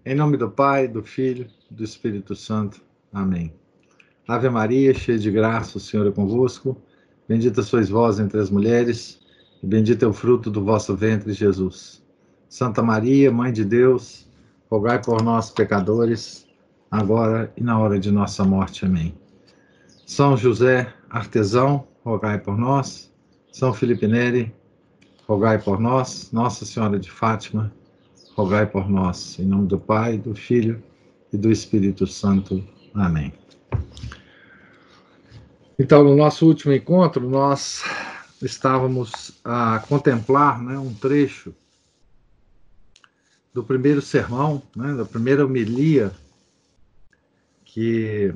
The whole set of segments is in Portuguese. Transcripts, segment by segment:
Em nome do Pai, do Filho, do Espírito Santo. Amém. Ave Maria, cheia de graça, o Senhor é convosco. Bendita sois vós entre as mulheres, e bendito é o fruto do vosso ventre, Jesus. Santa Maria, Mãe de Deus, rogai por nós, pecadores, agora e na hora de nossa morte. Amém. São José, artesão, rogai por nós. São Felipe Neri, rogai por nós. Nossa Senhora de Fátima, rogai por nós. Em nome do Pai, do Filho e do Espírito Santo. Amém. Então, no nosso último encontro, nós estávamos a contemplar, né, um trecho do primeiro sermão, né, da primeira homilia que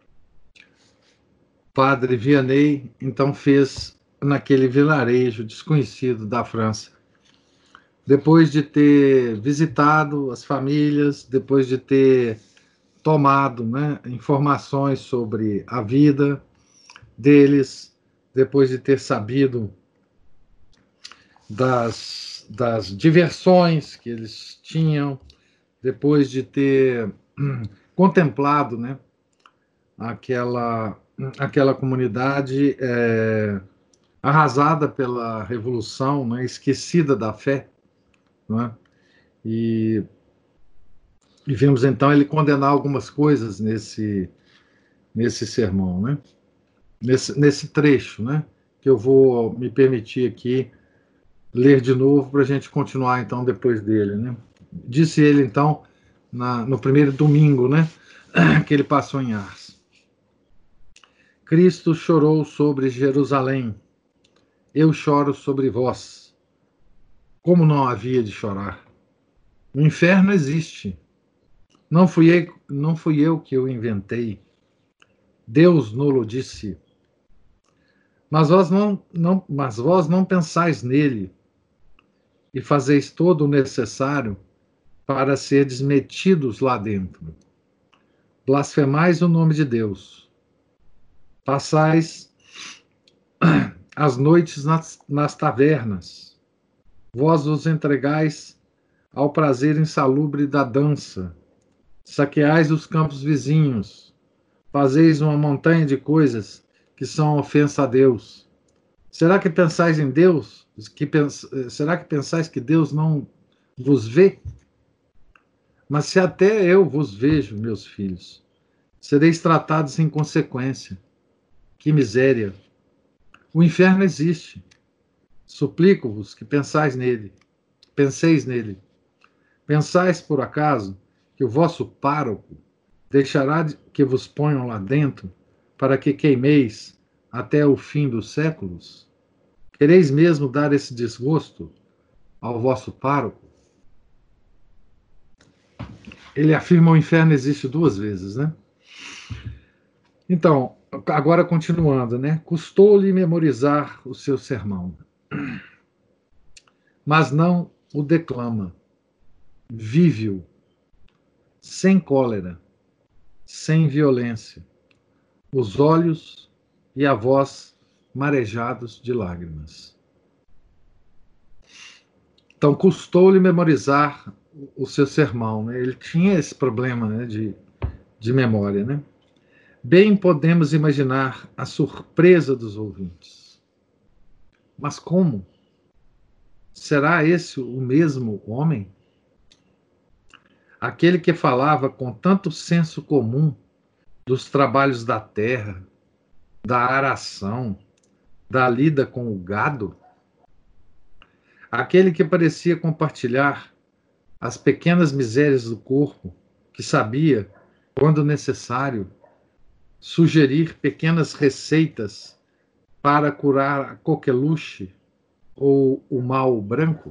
Padre Vianney então fez naquele vilarejo desconhecido da França. Depois de ter visitado as famílias, depois de ter tomado, né, informações sobre a vida deles, depois de ter sabido das diversões que eles tinham, depois de ter contemplado, né, aquela comunidade arrasada pela Revolução, né, esquecida da fé, né, e, e vimos então ele condenar algumas coisas nesse sermão, né, nesse trecho, né, que eu vou me permitir aqui ler de novo para a gente continuar então depois dele, né? Disse ele então no primeiro domingo, né, que ele passou em Ars. Cristo chorou sobre Jerusalém. Eu choro sobre vós. Como não havia de chorar? O inferno existe. Não fui eu que o inventei. Deus nolo disse. Mas vós não pensais nele e fazeis todo o necessário para serdes metidos lá dentro. Blasfemais o nome de Deus. Passais as noites nas tavernas. Vós vos entregais ao prazer insalubre da dança. Saqueais os campos vizinhos. Fazeis uma montanha de coisas que são ofensa a Deus. Será que pensais em Deus? Será que pensais que Deus não vos vê? Mas se até eu vos vejo, meus filhos, sereis tratados em consequência. Que miséria! O inferno existe. Suplico-vos que penseis nele. Pensais, por acaso, que o vosso pároco deixará que vos ponham lá dentro, para que queimeis até o fim dos séculos? Quereis mesmo dar esse desgosto ao vosso pároco? Ele afirma que o inferno existe duas vezes, né? Então, agora continuando, né? Custou-lhe memorizar o seu sermão, mas não o declama. Vive-o, sem cólera, sem violência, os olhos e a voz marejados de lágrimas. Então, custou-lhe memorizar o seu sermão, né? Ele tinha esse problema, né, de memória, né? Bem podemos imaginar a surpresa dos ouvintes. Mas como? Será esse o mesmo homem? Aquele que falava com tanto senso comum dos trabalhos da terra, da aração, da lida com o gado? Aquele que parecia compartilhar as pequenas misérias do corpo, que sabia, quando necessário, sugerir pequenas receitas para curar a coqueluche ou o mal branco?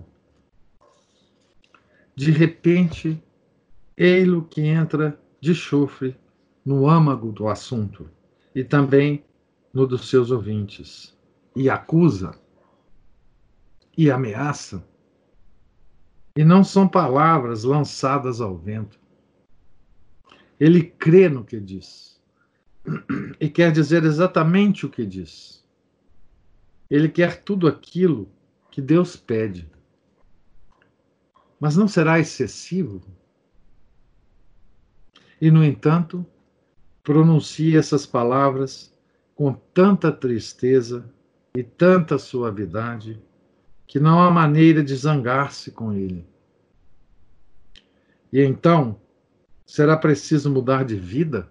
De repente, ei-lo que entra de chofre no âmago do assunto e também no dos seus ouvintes, e acusa, e ameaça. E não são palavras lançadas ao vento. Ele crê no que diz e quer dizer exatamente o que diz. Ele quer tudo aquilo que Deus pede. Mas não será excessivo? E, no entanto, pronuncia essas palavras com tanta tristeza e tanta suavidade que não há maneira de zangar-se com ele. E então, será preciso mudar de vida?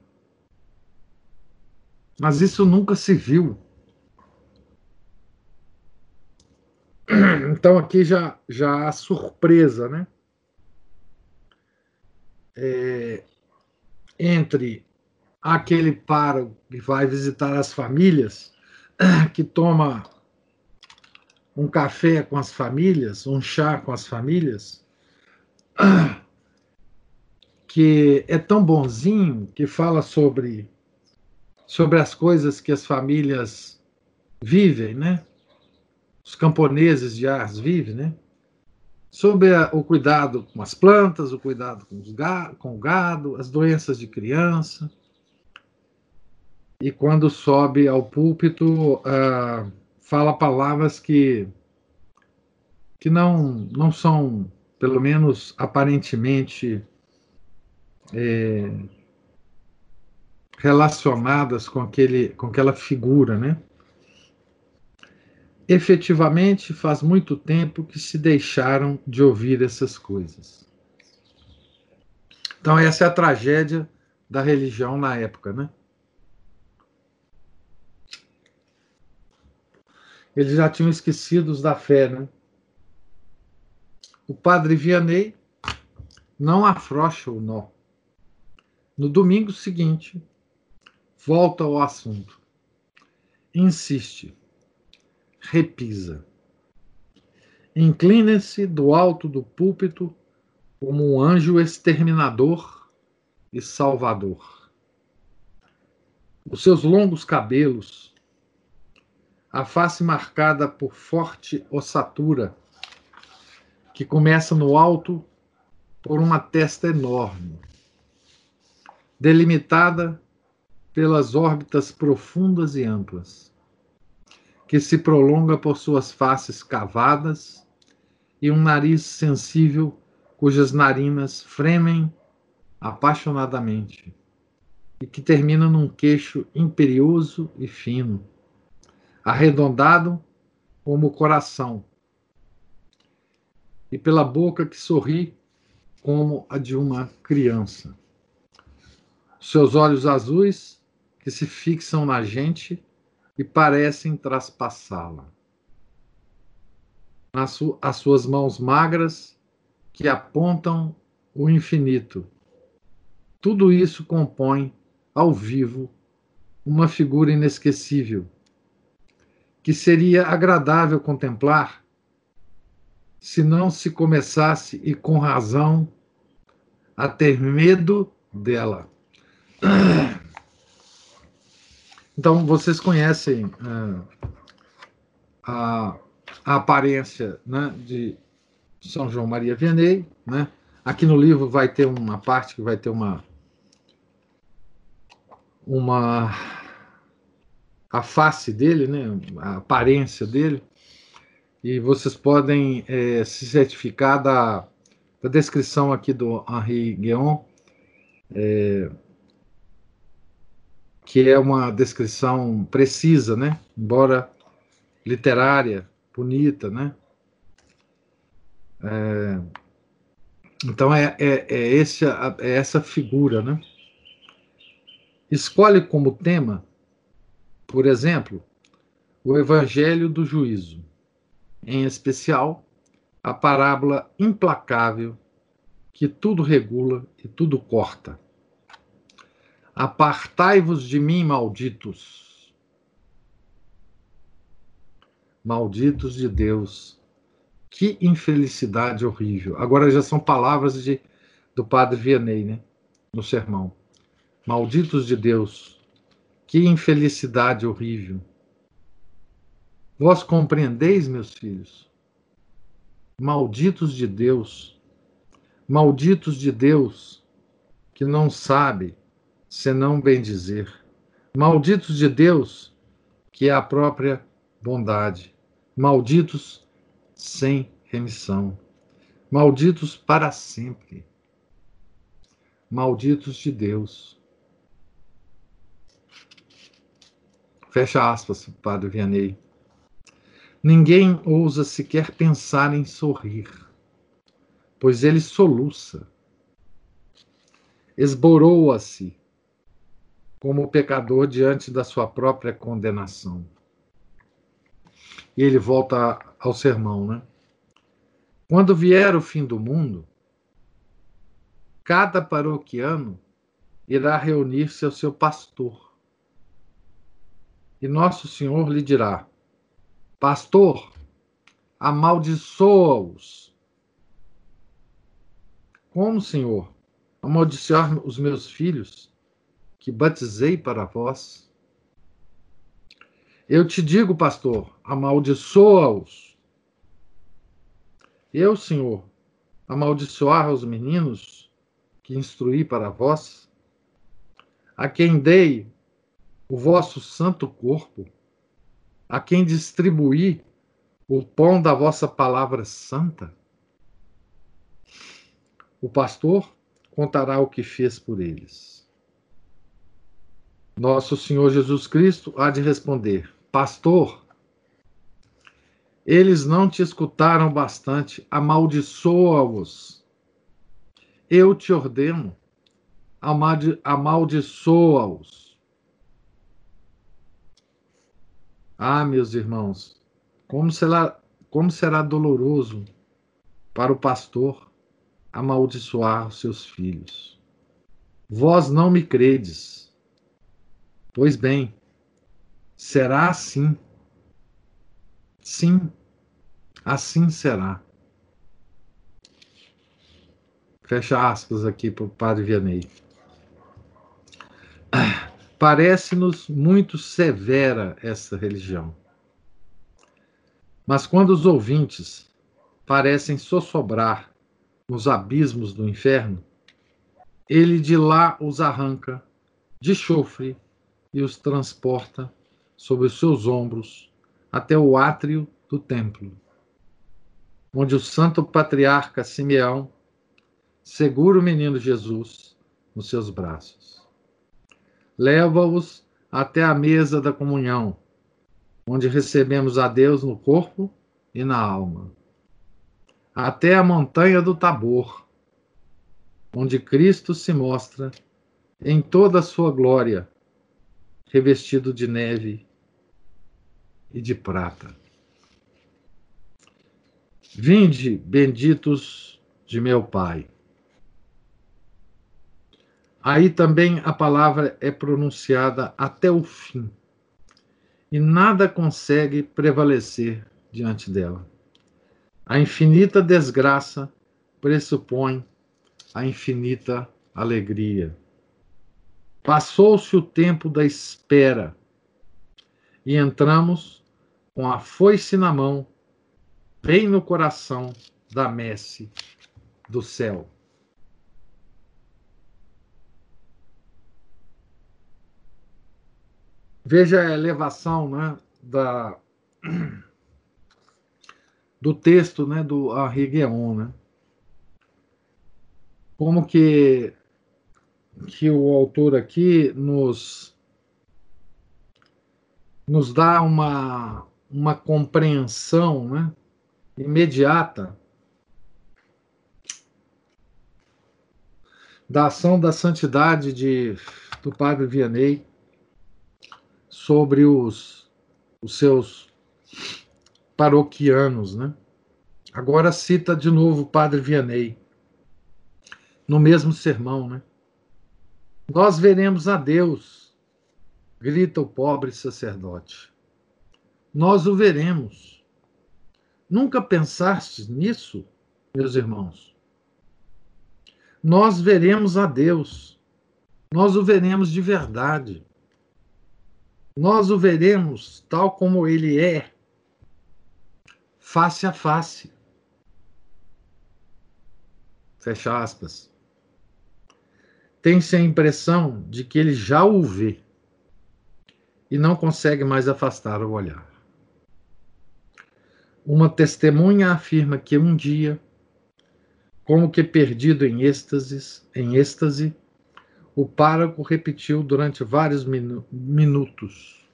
Mas isso nunca se viu. Então aqui já há surpresa, né? Entre aquele pároco que vai visitar as famílias, que toma um café com as famílias, um chá com as famílias, que é tão bonzinho, que fala sobre as coisas que as famílias vivem, né? Os camponeses de Ars vivem, né? Sobre o cuidado com as plantas, o cuidado com o gado, as doenças de criança. E quando sobe ao púlpito, fala palavras que não são, pelo menos aparentemente, relacionadas com aquela figura, né? Efetivamente, faz muito tempo que se deixaram de ouvir essas coisas. Então, essa é a tragédia da religião na época, né? Eles já tinham esquecido da fé, né? O padre Vianney não afrouxa o nó. No domingo seguinte, volta ao assunto. Insiste. Repisa. Inclina-se do alto do púlpito como um anjo exterminador e salvador. Os seus longos cabelos, a face marcada por forte ossatura, que começa no alto por uma testa enorme, delimitada pelas órbitas profundas e amplas, que se prolonga por suas faces cavadas e um nariz sensível cujas narinas fremem apaixonadamente e que termina num queixo imperioso e fino, arredondado como o coração, e pela boca que sorri como a de uma criança. Seus olhos azuis que se fixam na gente e parecem traspassá-la. As suas mãos magras que apontam o infinito. Tudo isso compõe, ao vivo, uma figura inesquecível, que seria agradável contemplar se não se começasse, e com razão, a ter medo dela. Então, vocês conhecem a aparência, né, de São João Maria Vianney, né? Aqui no livro vai ter uma parte que vai ter a face dele, né, a aparência dele, e vocês podem se certificar da descrição aqui do Henri Guéon, que é uma descrição precisa, né, embora literária, bonita, né? Então é essa figura, né? Escolhe como tema, por exemplo, o Evangelho do Juízo, em especial a parábola implacável que tudo regula e tudo corta. Apartai-vos de mim, malditos. Malditos de Deus. Que infelicidade horrível. Agora já são palavras do padre Vianney, né? No sermão. Malditos de Deus. Que infelicidade horrível. Vós compreendeis, meus filhos? Malditos de Deus. Malditos de Deus, que não sabe senão bendizer. Malditos de Deus, que é a própria bondade. Malditos sem remissão. Malditos para sempre. malditos de Deus. Fecha aspas, Padre Vianney. Ninguém ousa sequer pensar em sorrir, pois ele soluça, esboroa-se como pecador diante da sua própria condenação. E ele volta ao sermão, né? Quando vier o fim do mundo, cada paroquiano irá reunir-se ao seu pastor. E Nosso Senhor lhe dirá: Pastor, amaldiçoa-os. Como, Senhor? Amaldiçoar os meus filhos, que batizei para vós? Eu te digo, pastor, amaldiçoa-os. Eu, Senhor, amaldiçoar os meninos que instruí para vós, a quem dei o vosso santo corpo, a quem distribuí o pão da vossa palavra santa? O pastor contará o que fez por eles. Nosso Senhor Jesus Cristo há de responder: Pastor, eles não te escutaram bastante, amaldiçoa-os. Eu te ordeno, amaldiçoa-os. Ah, meus irmãos, como será doloroso para o pastor amaldiçoar os seus filhos. Vós não me credes. Pois bem, será assim. Sim, assim será. Fecha aspas aqui para o Padre Vianney. Parece-nos muito severa essa religião. Mas quando os ouvintes parecem sossobrar nos abismos do inferno, ele de lá os arranca de chofre e os transporta sobre os seus ombros até o átrio do templo, onde o santo patriarca Simeão segura o menino Jesus nos seus braços. Leva-os até a mesa da comunhão, onde recebemos a Deus no corpo e na alma. Até a montanha do Tabor, onde Cristo se mostra em toda a sua glória, revestido de neve e de prata. Vinde, benditos de meu Pai. Aí também a palavra é pronunciada até o fim, e nada consegue prevalecer diante dela. A infinita desgraça pressupõe a infinita alegria. Passou-se o tempo da espera e entramos com a foice na mão, bem no coração da messe do céu. Veja a elevação, né, do texto, né, do Henri Guéon, né? Como que o autor aqui nos dá uma compreensão, né, imediata da ação da santidade do Padre Vianney sobre os seus paroquianos, né? Agora cita de novo o Padre Vianney, no mesmo sermão, né? Nós veremos a Deus, grita o pobre sacerdote. Nós o veremos. Nunca pensastes nisso, meus irmãos? Nós veremos a Deus. Nós o veremos de verdade. Nós o veremos tal como ele é, face a face. Fecha aspas. Tem-se a impressão de que ele já o vê e não consegue mais afastar o olhar. Uma testemunha afirma que um dia, como que perdido em êxtase, O pároco repetiu durante vários minutos: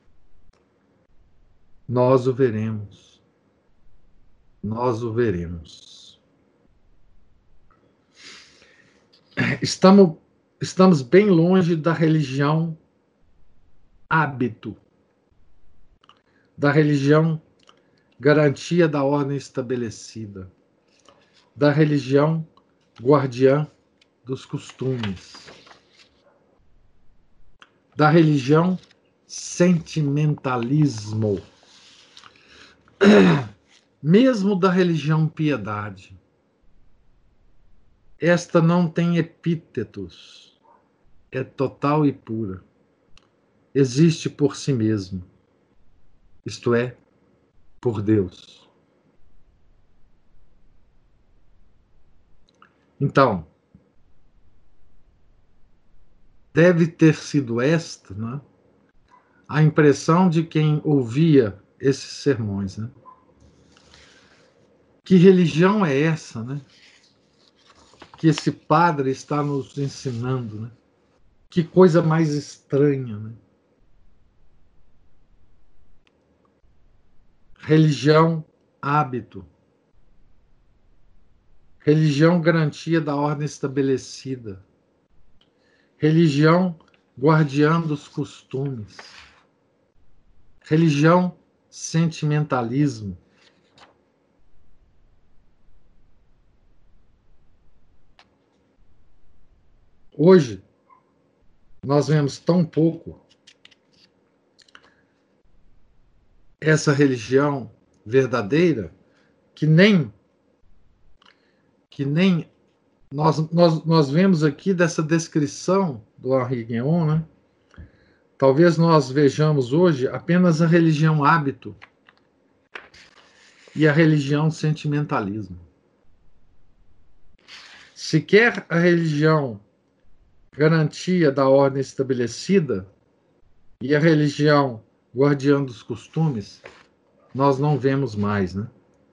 nós o veremos, nós o veremos. Estamos bem longe da religião hábito, da religião garantia da ordem estabelecida, da religião guardiã dos costumes, da religião sentimentalismo, mesmo da religião piedade. Esta não tem epítetos, é total e pura. Existe por si mesmo, isto é, por Deus. Então, deve ter sido esta, né, a impressão de quem ouvia esses sermões, né? Que religião é essa, né? Que esse padre está nos ensinando, né? Que coisa mais estranha, né? Religião, hábito. Religião, garantia da ordem estabelecida. Religião, guardiã dos costumes. Religião, sentimentalismo. Hoje, nós vemos tão pouco essa religião verdadeira que nem nós vemos aqui dessa descrição do Henri Guéon, né? Talvez nós vejamos hoje apenas a religião hábito e a religião sentimentalismo. Sequer a religião garantia da ordem estabelecida e a religião guardiã dos costumes, nós não vemos mais, né?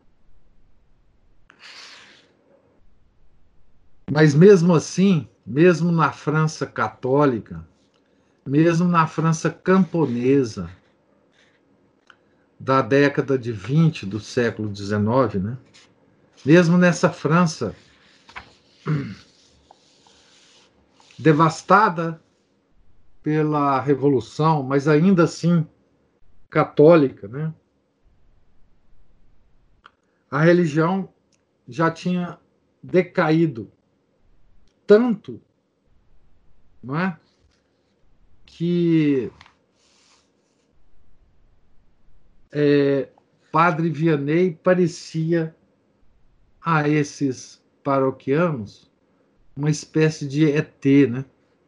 Mas mesmo assim, mesmo na França católica, mesmo na França camponesa da década de 20 do século XIX, né? Mesmo nessa França devastada pela Revolução, mas ainda assim católica, né? A religião já tinha decaído tanto, não é? Que Padre Vianney parecia a esses paroquianos uma espécie de ET, né?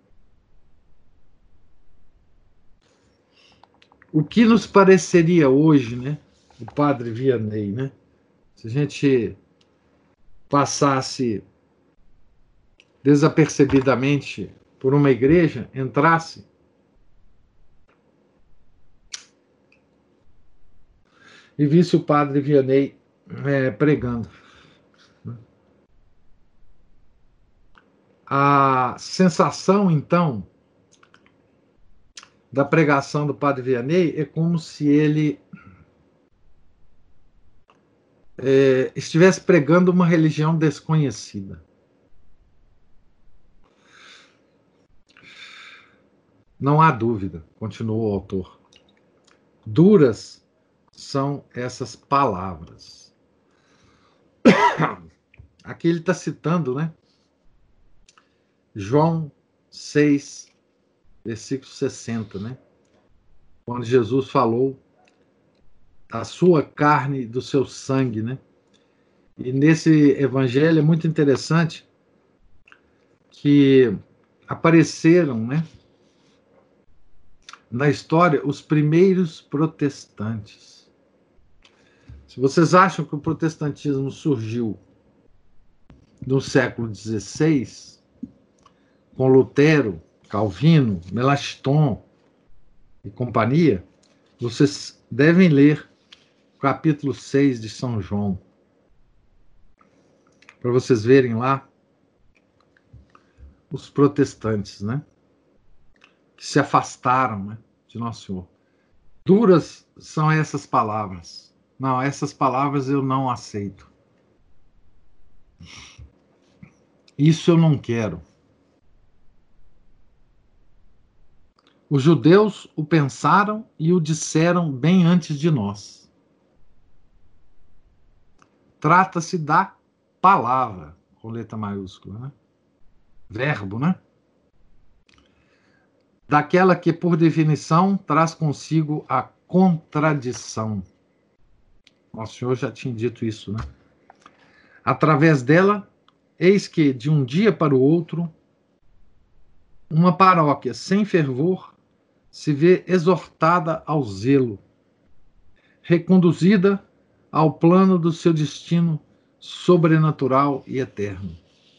O que nos pareceria hoje, né? O Padre Vianney, né? Se a gente passasse desapercebidamente por uma igreja, entrasse e visse o Padre Vianney pregando. A sensação, então, da pregação do Padre Vianney é como se ele estivesse pregando uma religião desconhecida. Não há dúvida, continuou o autor. Duras são essas palavras. Aqui ele está citando, né? João 6, versículo 60, né? Quando Jesus falou da sua carne e do seu sangue, né? E nesse evangelho é muito interessante que apareceram, né, na história os primeiros protestantes. Se vocês acham que o protestantismo surgiu no século XVI, com Lutero, Calvino, Melanchthon e companhia, vocês devem ler o capítulo 6 de São João, para vocês verem lá os protestantes, né? Que se afastaram, né, de Nosso Senhor. Duras são essas palavras. Não, essas palavras eu não aceito. Isso eu não quero. Os judeus o pensaram e o disseram bem antes de nós. Trata-se da palavra, com letra maiúscula, né? Verbo, né? Daquela que, por definição, traz consigo a contradição. Nosso Senhor já tinha dito isso, né? Através dela, eis que, de um dia para o outro, uma paróquia sem fervor se vê exortada ao zelo, reconduzida ao plano do seu destino sobrenatural e eterno.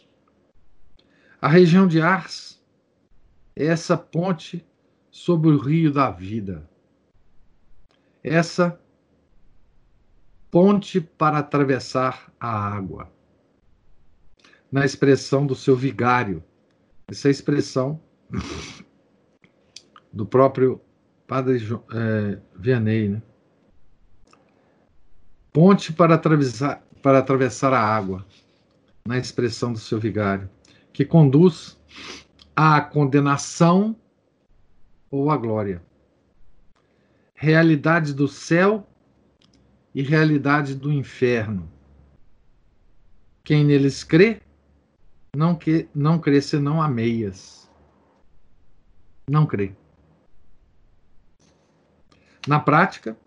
A região de Ars é essa ponte sobre o rio da vida. Essa ponte para atravessar a água. Na expressão do seu vigário. Essa é a expressão do próprio Padre Vianney, né? Ponte para atravessar a água, na expressão do seu vigário, que conduz à condenação ou à glória. Realidade do céu e realidade do inferno. Quem neles crê, não crê senão a meias. Não crê. Na prática,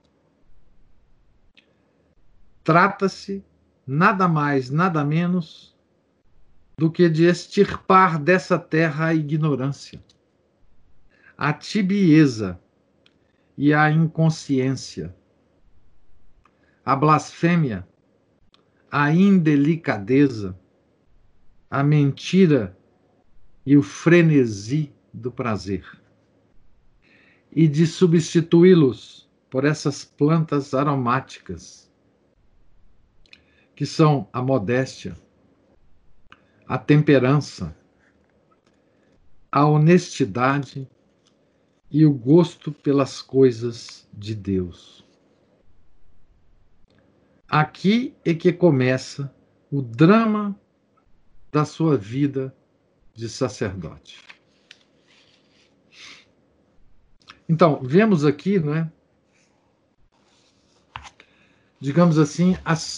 trata-se nada mais, nada menos do que de extirpar dessa terra a ignorância, a tibieza e a inconsciência, a blasfêmia, a indelicadeza, a mentira e o frenesi do prazer, e de substituí-los por essas plantas aromáticas, que são a modéstia, a temperança, a honestidade e o gosto pelas coisas de Deus. Aqui é que começa o drama da sua vida de sacerdote. Então, vemos aqui, não é? Digamos assim,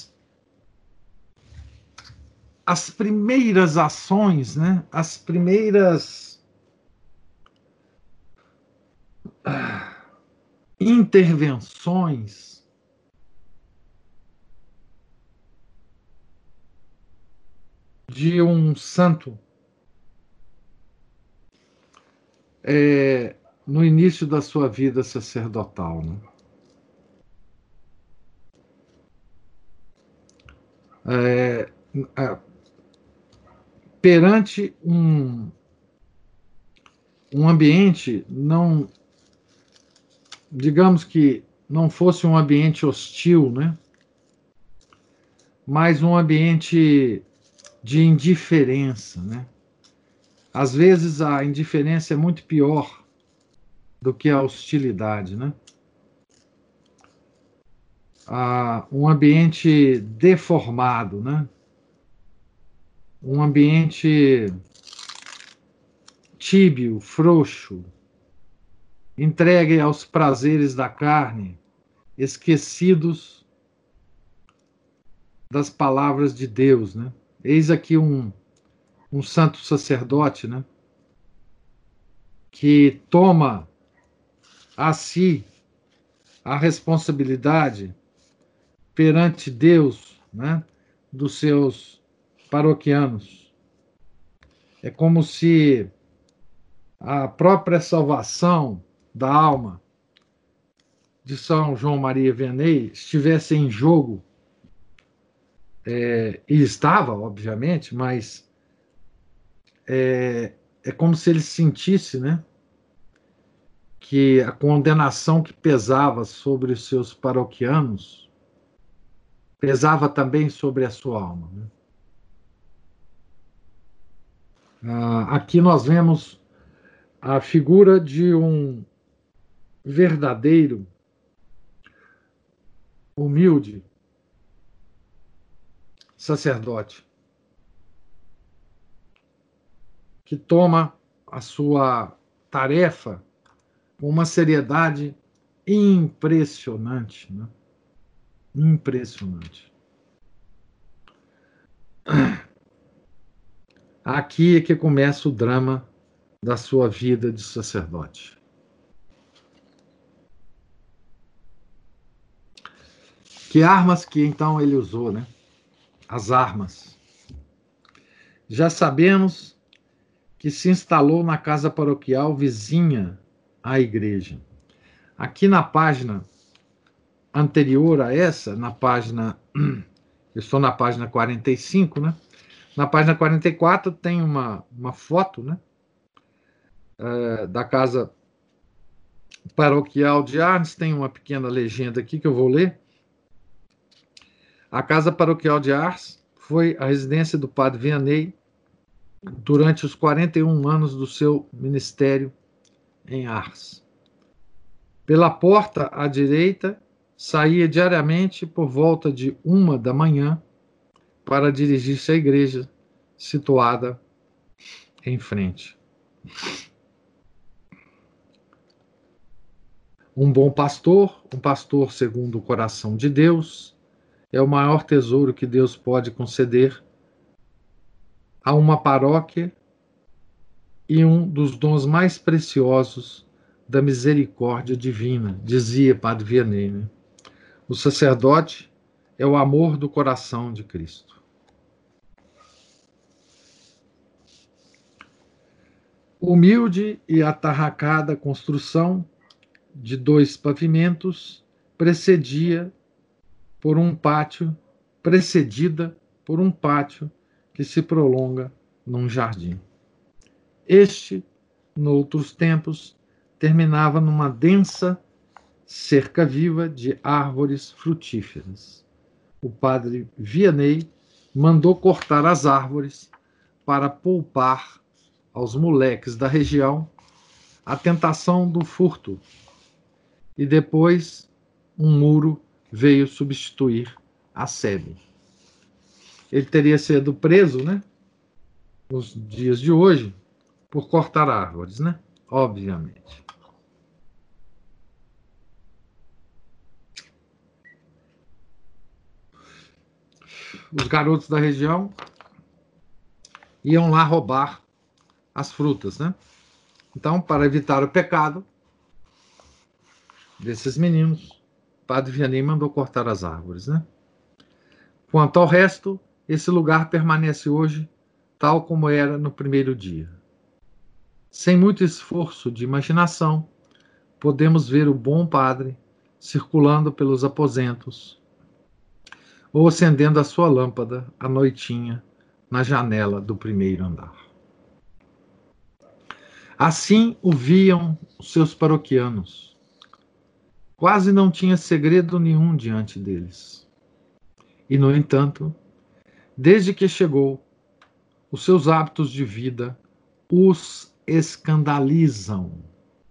as primeiras ações, né? As primeiras intervenções de um santo no início da sua vida sacerdotal, né? Perante um ambiente não, digamos que não fosse um ambiente hostil, né? Mas um ambiente de indiferença, né? Às vezes a indiferença é muito pior do que a hostilidade, né? Um ambiente deformado, né? Um ambiente tíbio, frouxo, entregue aos prazeres da carne, esquecidos das palavras de Deus, né? Eis aqui um santo sacerdote, né? Que toma a si a responsabilidade perante Deus, né? Dos seus paroquianos. É como se a própria salvação da alma de São João Maria Vianney estivesse em jogo, e estava, obviamente, mas é como se ele sentisse, né, que a condenação que pesava sobre os seus paroquianos pesava também sobre a sua alma, né? Aqui nós vemos a figura de um verdadeiro, humilde sacerdote que toma a sua tarefa com uma seriedade impressionante, né? Impressionante. Aqui é que começa o drama da sua vida de sacerdote. Que armas que então ele usou, né? As armas. Já sabemos que se instalou na casa paroquial vizinha à igreja. Aqui na página anterior a essa, na página. Eu estou na página 45, né? Na página 44 tem uma foto, né? Da casa paroquial de Arnes, tem uma pequena legenda aqui que eu vou ler. A casa paroquial de Ars foi a residência do padre Vianney durante os 41 anos do seu ministério em Ars. Pela porta à direita, saía diariamente por volta de 1 da manhã para dirigir-se à igreja situada em frente. Um bom pastor, um pastor segundo o coração de Deus, é o maior tesouro que Deus pode conceder a uma paróquia e um dos dons mais preciosos da misericórdia divina, dizia Padre Vianney. Né? O sacerdote é o amor do coração de Cristo. Humilde e atarracada construção de 2 pavimentos precedida por um pátio que se prolonga num jardim. Este, noutros tempos, terminava numa densa cerca viva de árvores frutíferas. O padre Vianney mandou cortar as árvores para poupar aos moleques da região a tentação do furto. E depois um muro veio substituir a sebe. Ele teria sido preso, né, nos dias de hoje, por cortar árvores, né? Obviamente. Os garotos da região iam lá roubar as frutas, né? Então, para evitar o pecado desses meninos, o padre Vianney mandou cortar as árvores, né? Quanto ao resto, esse lugar permanece hoje tal como era no primeiro dia. Sem muito esforço de imaginação, podemos ver o bom padre circulando pelos aposentos ou acendendo a sua lâmpada à noitinha na janela do primeiro andar. Assim o viam os seus paroquianos. Quase não tinha segredo nenhum diante deles. E, no entanto, desde que chegou, os seus hábitos de vida os escandalizam.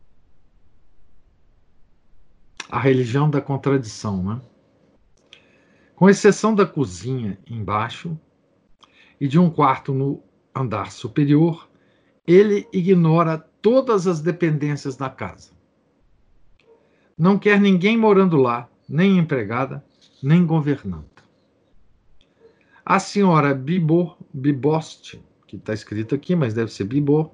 A religião da contradição, né? Com exceção da cozinha embaixo e de um quarto no andar superior, ele ignora todas as dependências da casa. Não quer ninguém morando lá, nem empregada, nem governanta. A senhora Bibost, que está escrito aqui, mas deve ser Bibot,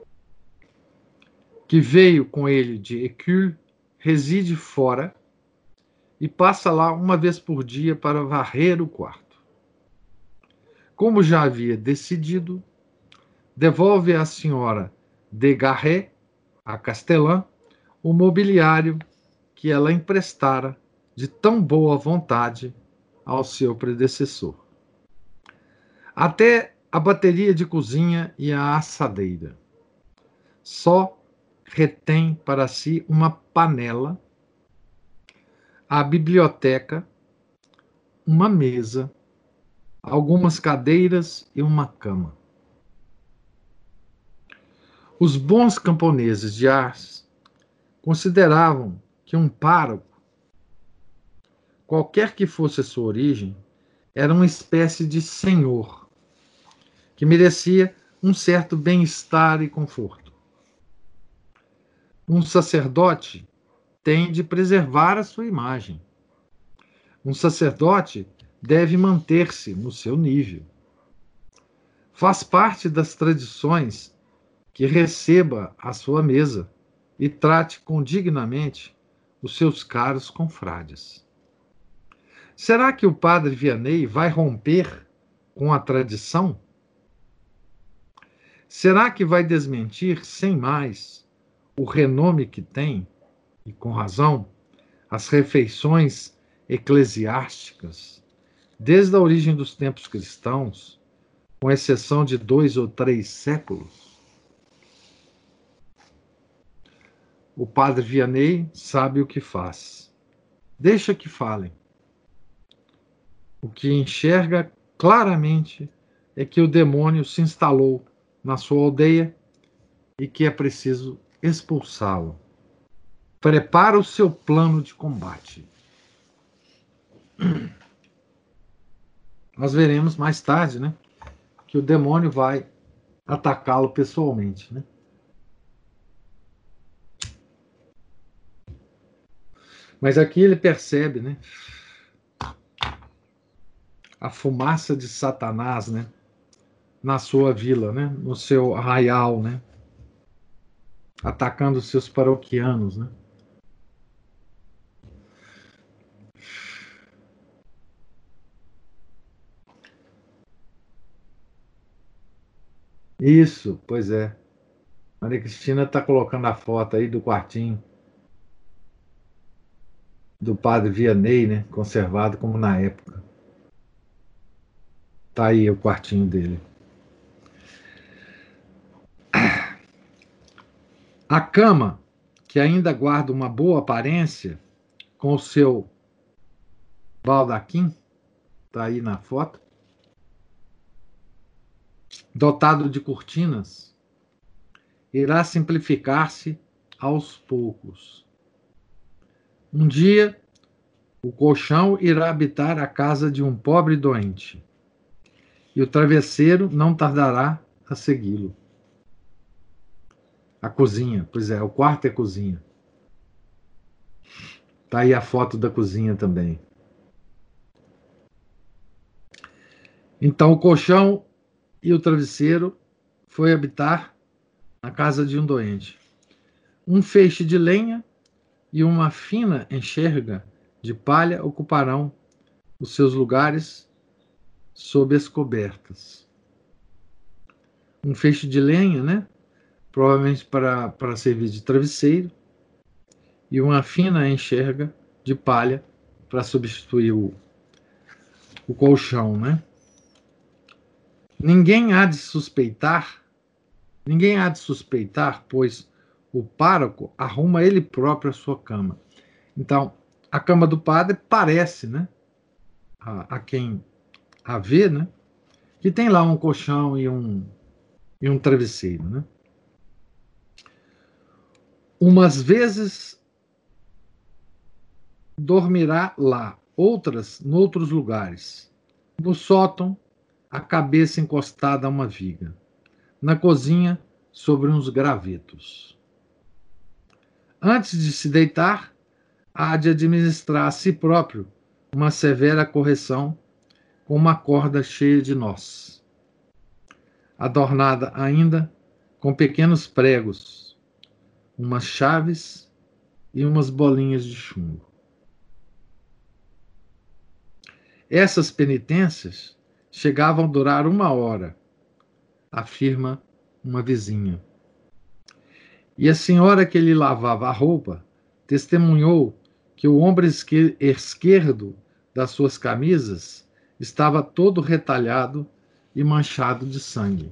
que veio com ele de Écule, reside fora e passa lá uma vez por dia para varrer o quarto. Como já havia decidido, devolve à senhora de Garret, a Castelã, o mobiliário que ela emprestara de tão boa vontade ao seu predecessor. Até a bateria de cozinha e a assadeira. Só retém para si uma panela, a biblioteca, uma mesa, algumas cadeiras e uma cama. Os bons camponeses de Ars consideravam que um pároco, qualquer que fosse a sua origem, era uma espécie de senhor, que merecia um certo bem-estar e conforto. Um sacerdote tem de preservar a sua imagem. Um sacerdote deve manter-se no seu nível. Faz parte das tradições que receba à sua mesa e trate condignamente os seus caros confrades. Será que o padre Vianney vai romper com a tradição? Será que vai desmentir sem mais o renome que tem, e com razão, as refeições eclesiásticas, desde a origem dos tempos cristãos, com exceção de 2 ou 3 séculos? O padre Vianney sabe o que faz. Deixa que falem. O que enxerga claramente é que o demônio se instalou na sua aldeia e que é preciso expulsá-lo. Prepara o seu plano de combate. Nós veremos mais tarde, né, que o demônio vai atacá-lo pessoalmente, né? Mas aqui ele percebe, né, a fumaça de Satanás, né, na sua vila, né, no seu arraial, né, atacando os seus paroquianos, né? Isso, pois é. Maria Cristina está colocando a foto aí do quartinho do padre Vianney, né, conservado como na época. Tá aí o quartinho dele. A cama, que ainda guarda uma boa aparência, com o seu baldaquim, tá aí na foto, dotado de cortinas, irá simplificar-se aos poucos. Um dia, o colchão irá habitar a casa de um pobre doente, e o travesseiro não tardará a segui-lo. A cozinha, pois é, o quarto é cozinha. Tá aí a foto da cozinha também. Então o colchão e o travesseiro foi habitar na casa de um doente. Um feixe de lenha e uma fina enxerga de palha ocuparão os seus lugares sob as cobertas. Um feixe de lenha, né? Provavelmente para servir de travesseiro, e uma fina enxerga de palha para substituir o colchão, né? Ninguém há de suspeitar, pois o pároco arruma ele próprio a sua cama. Então, a cama do padre parece, né, a quem a vê, né, que tem lá um colchão e um travesseiro, né? Umas vezes dormirá lá, outras noutros lugares. No sótão, a cabeça encostada a uma viga. Na cozinha, sobre uns gravetos. Antes de se deitar, há de administrar a si próprio uma severa correção com uma corda cheia de nós, adornada ainda com pequenos pregos, umas chaves e umas bolinhas de chumbo. Essas penitências chegavam a durar 1 hora, afirma uma vizinha. E a senhora que lhe lavava a roupa testemunhou que o ombro esquerdo das suas camisas estava todo retalhado e manchado de sangue.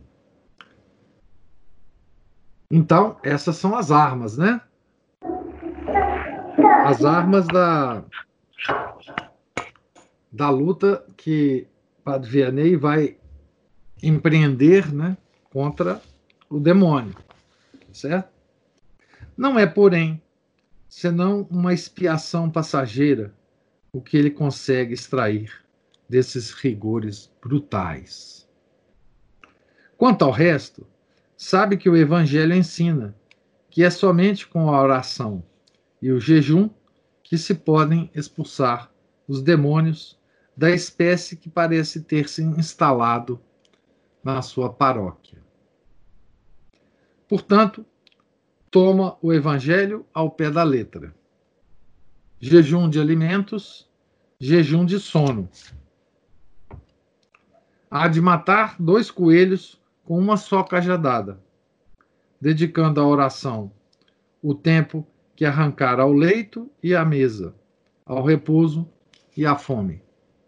Então, essas são as armas, né? As armas da luta que Padre Vianney vai empreender, né, contra o demônio. certo? Não é, porém, senão uma expiação passageira o que ele consegue extrair desses rigores brutais. Quanto ao resto, sabe que o Evangelho ensina que é somente com a oração e o jejum que se podem expulsar os demônios da espécie que parece ter se instalado na sua paróquia. Portanto, toma o Evangelho ao pé da letra. Jejum de alimentos, jejum de sono. Há de matar 2 coelhos com uma só cajadada, dedicando à oração o tempo que arrancar ao leito e à mesa, ao repouso e à fome.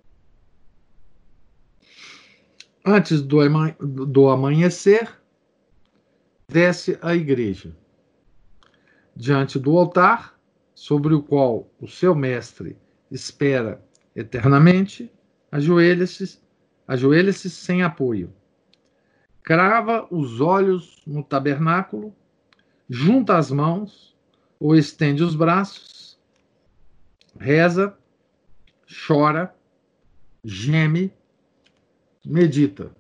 Antes do amanhecer, desce à igreja. Diante do altar, sobre o qual o seu mestre espera eternamente, ajoelha-se sem apoio. Crava os olhos no tabernáculo, junta as mãos ou estende os braços, reza, chora, geme, medita.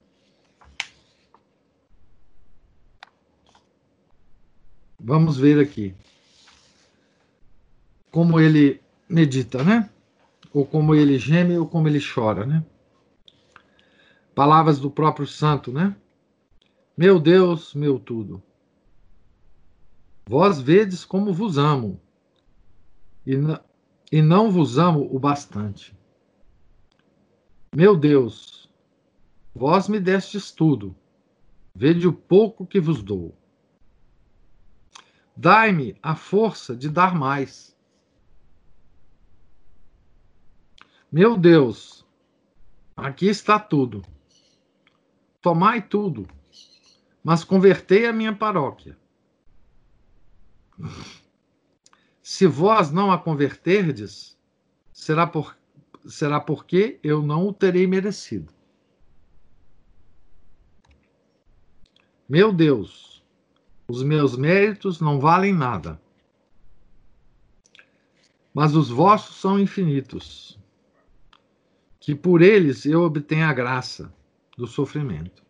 Vamos ver aqui como ele medita, né? Ou como ele geme, ou como ele chora, né? Palavras do próprio santo, né? Meu Deus, meu tudo, vós vedes como vos amo, e não vos amo o bastante. Meu Deus, vós me destes tudo, vede o pouco que vos dou. Dai-me a força de dar mais. Meu Deus, aqui está tudo. Tomai tudo, mas convertei a minha paróquia. Se vós não a converterdes, será porque eu não o terei merecido. Meu Deus, os meus méritos não valem nada, mas os vossos são infinitos, que por eles eu obtenho a graça do sofrimento.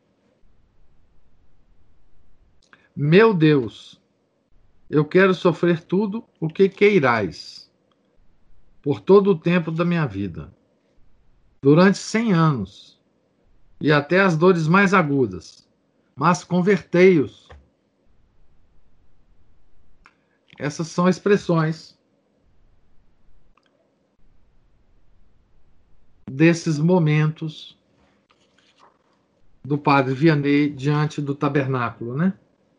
Meu Deus, eu quero sofrer tudo o que queirais, por todo o tempo da minha vida, durante 100 anos, e até as dores mais agudas, mas convertei-os. Essas são expressões desses momentos do padre Vianney diante do tabernáculo, né?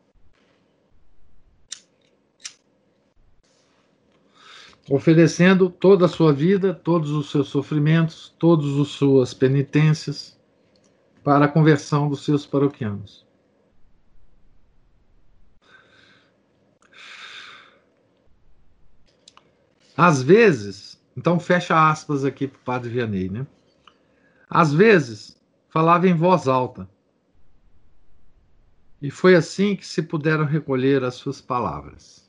Oferecendo toda a sua vida, todos os seus sofrimentos, todas as suas penitências para a conversão dos seus paroquianos. Às vezes, então fecha aspas aqui para o padre Vianney, né? Às vezes, falava em voz alta, e foi assim que se puderam recolher as suas palavras.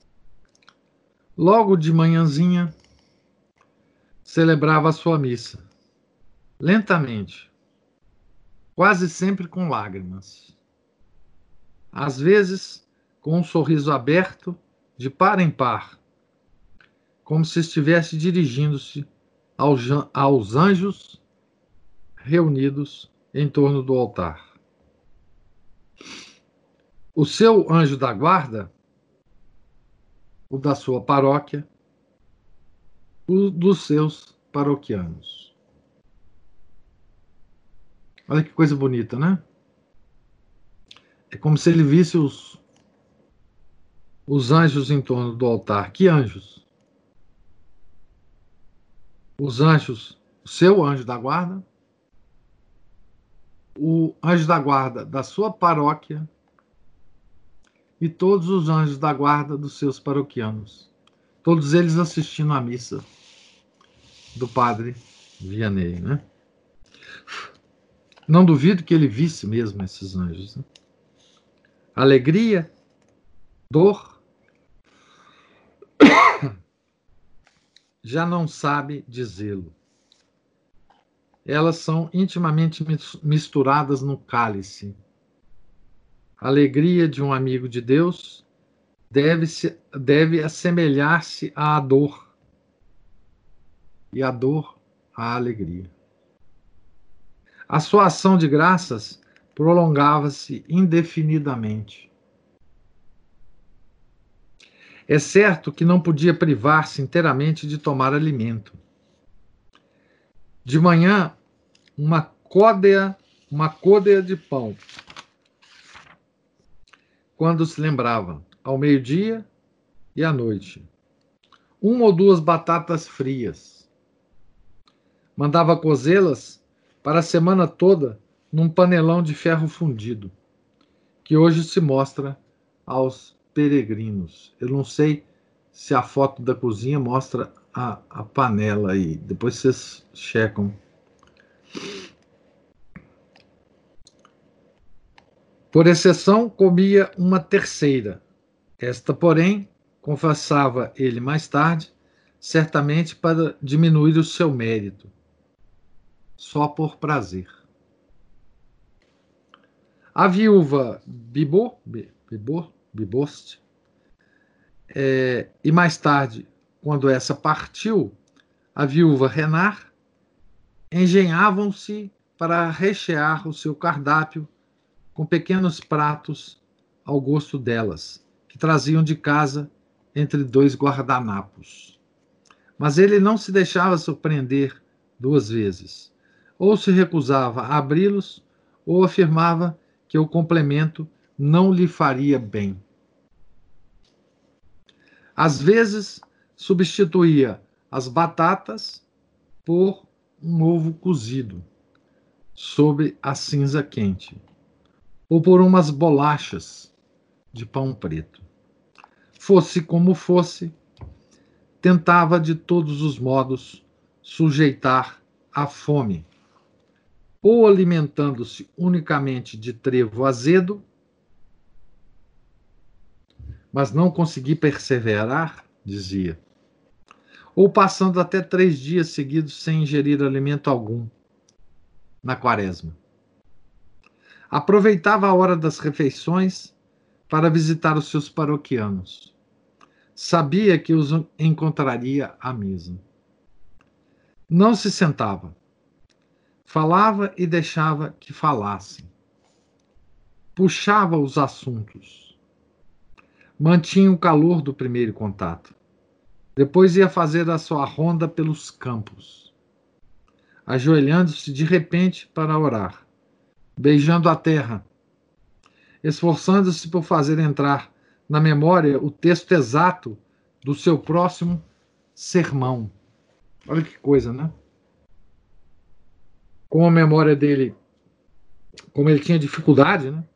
Logo de manhãzinha, celebrava a sua missa, lentamente, quase sempre com lágrimas. Às vezes, com um sorriso aberto, de par em par, como se estivesse dirigindo-se aos anjos reunidos em torno do altar. O seu anjo da guarda, o da sua paróquia, o dos seus paroquianos. Olha que coisa bonita, né? É como se ele visse os anjos em torno do altar. Que anjos? Os anjos, o seu anjo da guarda, o anjo da guarda da sua paróquia e todos os anjos da guarda dos seus paroquianos. Todos eles assistindo à missa do padre Vianney, né? Não duvido que ele visse mesmo esses anjos. Né? Alegria dor, já não sabe dizê-lo. Elas são intimamente misturadas no cálice. A alegria de um amigo de Deus deve assemelhar-se à dor, e a dor à alegria. A sua ação de graças prolongava-se indefinidamente. É certo que não podia privar-se inteiramente de tomar alimento. De manhã, uma côdea de pão, quando se lembrava, ao meio-dia e à noite. 1 ou 2 batatas frias. Mandava cozê-las para a semana toda num panelão de ferro fundido, que hoje se mostra aos peregrinos. Eu não sei se a foto da cozinha mostra a panela aí. Depois vocês checam. Por exceção, comia uma terceira. Esta, porém, confessava ele mais tarde, certamente para diminuir o seu mérito, só por prazer. A viúva Bibost, e mais tarde, quando essa partiu, a viúva Renard, engenhavam-se para rechear o seu cardápio com pequenos pratos ao gosto delas, que traziam de casa entre 2 guardanapos. Mas ele não se deixava surpreender 2 vezes. Ou se recusava a abri-los, ou afirmava que o complemento não lhe faria bem. Às vezes, substituía as batatas por um ovo cozido sobre a cinza quente, ou por umas bolachas de pão preto. Fosse como fosse, tentava de todos os modos sujeitar a fome, ou alimentando-se unicamente de trevo azedo, mas não consegui perseverar, dizia, ou passando até 3 dias seguidos sem ingerir alimento algum, na quaresma. Aproveitava a hora das refeições para visitar os seus paroquianos. Sabia que os encontraria à mesa. Não se sentava. Falava e deixava que falassem. Puxava os assuntos. Mantinha o calor do primeiro contato. Depois ia fazer a sua ronda pelos campos, ajoelhando-se de repente para orar, beijando a terra, esforçando-se por fazer entrar na memória o texto exato do seu próximo sermão. Olha que coisa, né? Com a memória dele, como ele tinha dificuldade, né?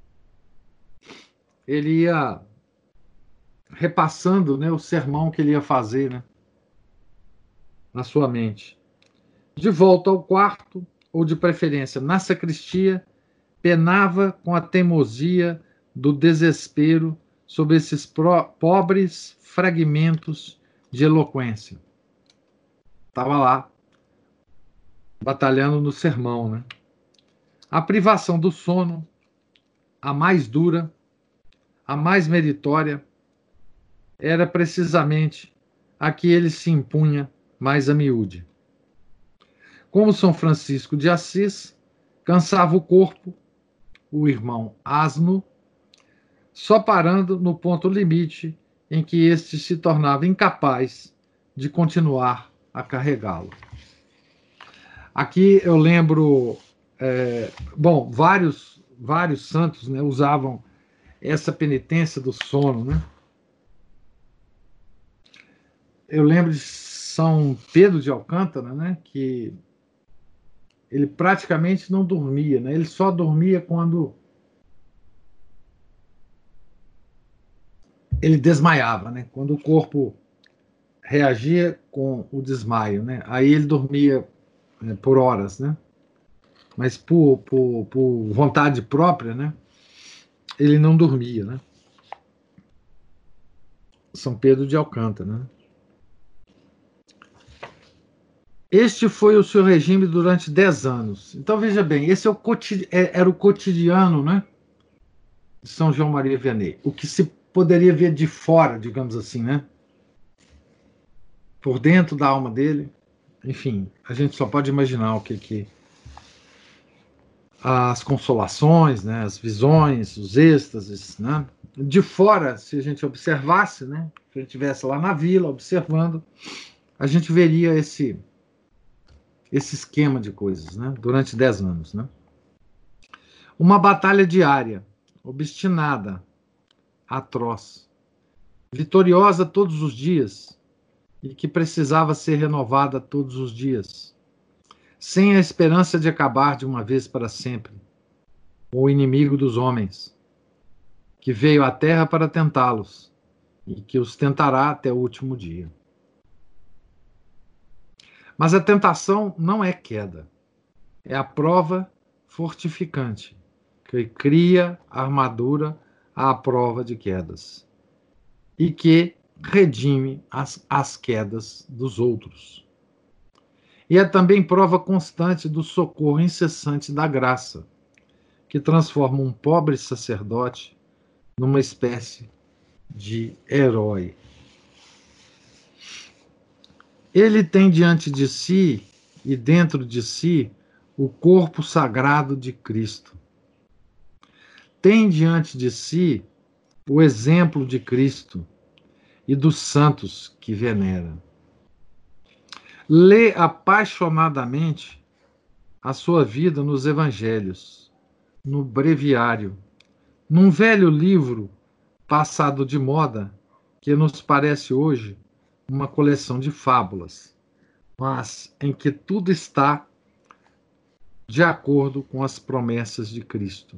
Ele ia repassando, né, o sermão que ele ia fazer, né, na sua mente. De volta ao quarto, ou de preferência na sacristia, penava com a teimosia do desespero sobre esses pobres fragmentos de eloquência. Estava lá, batalhando no sermão, né? A privação do sono, a mais dura, a mais meritória, era precisamente a que ele se impunha mais a miúde. Como São Francisco de Assis, cansava o corpo, o irmão asno, só parando no ponto limite em que este se tornava incapaz de continuar a carregá-lo. Aqui eu lembro, vários santos, né, usavam essa penitência do sono, né? Eu lembro de São Pedro de Alcântara, né, que ele praticamente não dormia, né? Ele só dormia quando ele desmaiava, né? Quando o corpo reagia com o desmaio, né? Aí ele dormia por horas, né? Mas por vontade própria, né? Ele não dormia, né? São Pedro de Alcântara, né? Este foi o seu regime durante 10 anos. Então, veja bem, esse era o cotidiano, né, de São João Maria Vianney. O que se poderia ver de fora, digamos assim, né? Por dentro da alma dele. Enfim, a gente só pode imaginar o que as consolações, né, as visões, os êxtases, né? De fora, se a gente observasse, né, se a gente estivesse lá na vila observando, a gente veria esse esquema de coisas, né, durante 10 anos, né? Uma batalha diária, obstinada, atroz, vitoriosa todos os dias e que precisava ser renovada todos os dias, sem a esperança de acabar de uma vez para sempre. O inimigo dos homens, que veio à terra para tentá-los e que os tentará até o último dia. Mas a tentação não é queda, é a prova fortificante que cria armadura à prova de quedas e que redime as quedas dos outros. E é também prova constante do socorro incessante da graça, que transforma um pobre sacerdote numa espécie de herói. Ele tem diante de si e dentro de si o corpo sagrado de Cristo. Tem diante de si o exemplo de Cristo e dos santos que venera. Lê apaixonadamente a sua vida nos evangelhos, no breviário, num velho livro passado de moda que nos parece hoje uma coleção de fábulas, mas em que tudo está de acordo com as promessas de Cristo.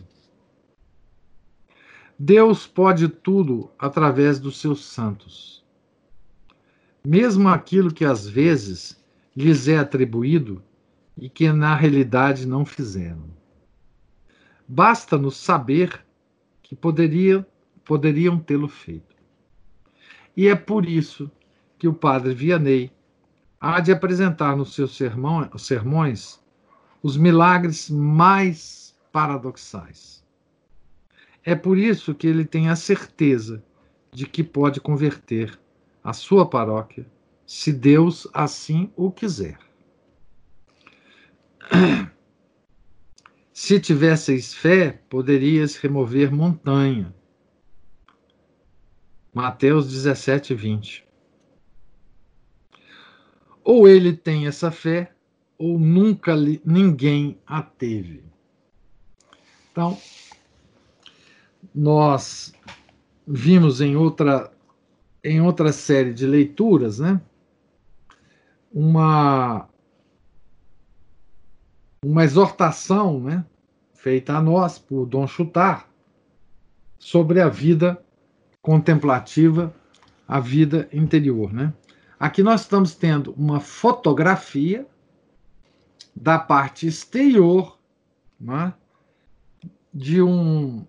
Deus pode tudo através dos seus santos. Mesmo aquilo que às vezes lhes é atribuído e que na realidade não fizeram. Basta-nos saber que poderiam tê-lo feito. E é por isso que o padre Vianney há de apresentar nos seus sermões os milagres mais paradoxais. É por isso que ele tem a certeza de que pode converter a sua paróquia, se Deus assim o quiser. Se tivesseis fé, poderias remover montanha. Mateus 17, 20. Ou ele tem essa fé, ou nunca ninguém a teve. Então, nós vimos em outra série de leituras, né, uma exortação, né, feita a nós por Dom Chutar sobre a vida contemplativa, a vida interior, né? Aqui nós estamos tendo uma fotografia da parte exterior, né, de um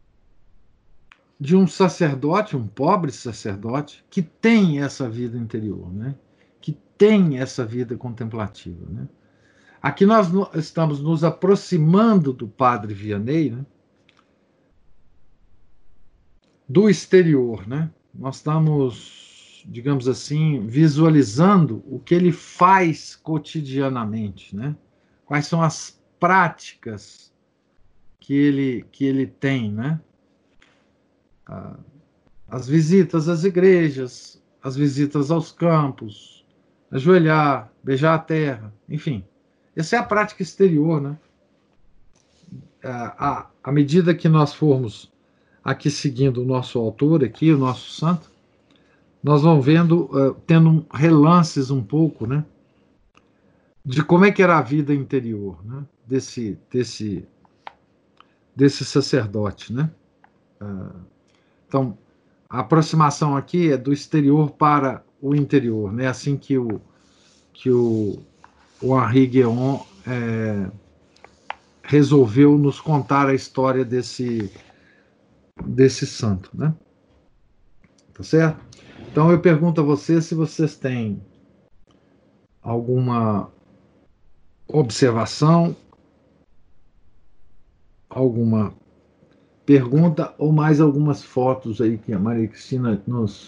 sacerdote, um pobre sacerdote, que tem essa vida interior, né? Que tem essa vida contemplativa. Né? Aqui nós estamos nos aproximando do padre Vianney, né? Do exterior. Né? Nós estamos, digamos assim, visualizando o que ele faz cotidianamente. Né? Quais são as práticas que ele tem, né? As visitas às igrejas, as visitas aos campos, ajoelhar, beijar a terra, enfim. Essa é a prática exterior, né? À medida que nós formos aqui seguindo o nosso autor, aqui, o nosso santo, nós vamos vendo, tendo relances um pouco, né? De como é que era a vida interior, né? Desse sacerdote, né? Então, a aproximação aqui é do exterior para o interior, né? Assim que o Henri Guéon resolveu nos contar a história desse santo, né? Tá certo? Então eu pergunto a vocês se vocês têm alguma observação, alguma pergunta ou mais algumas fotos aí que a Maria Cristina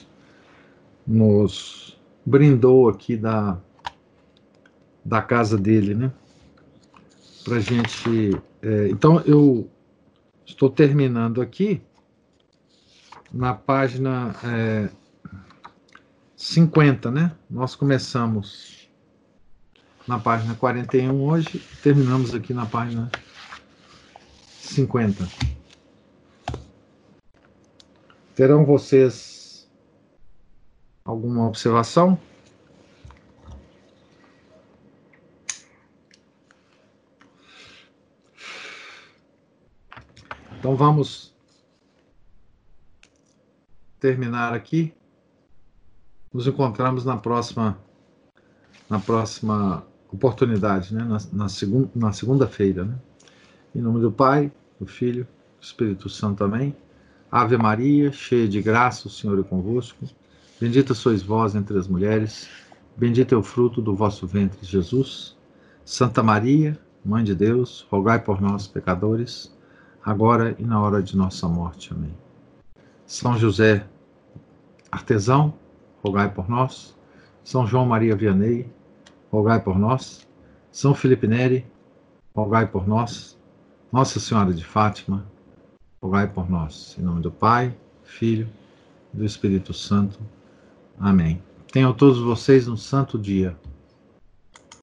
nos brindou aqui da casa dele, né? Pra gente. Então eu estou terminando aqui na página 50, né? Nós começamos na página 41 hoje, terminamos aqui na página 50. Terão vocês alguma observação? Então vamos terminar aqui. Nos encontramos na próxima oportunidade, né? Na segunda-feira, né? Em nome do Pai, do Filho, do Espírito Santo, amém. Ave Maria, cheia de graça, o Senhor é convosco. Bendita sois vós entre as mulheres, bendito é o fruto do vosso ventre, Jesus. Santa Maria, Mãe de Deus, rogai por nós, pecadores, agora e na hora de nossa morte. Amém. São José, artesão, rogai por nós. São João Maria Vianney, rogai por nós. São Felipe Neri, rogai por nós. Nossa Senhora de Fátima, rogai por nós. Em nome do Pai, Filho e do Espírito Santo. Amém. Tenham todos vocês um santo dia.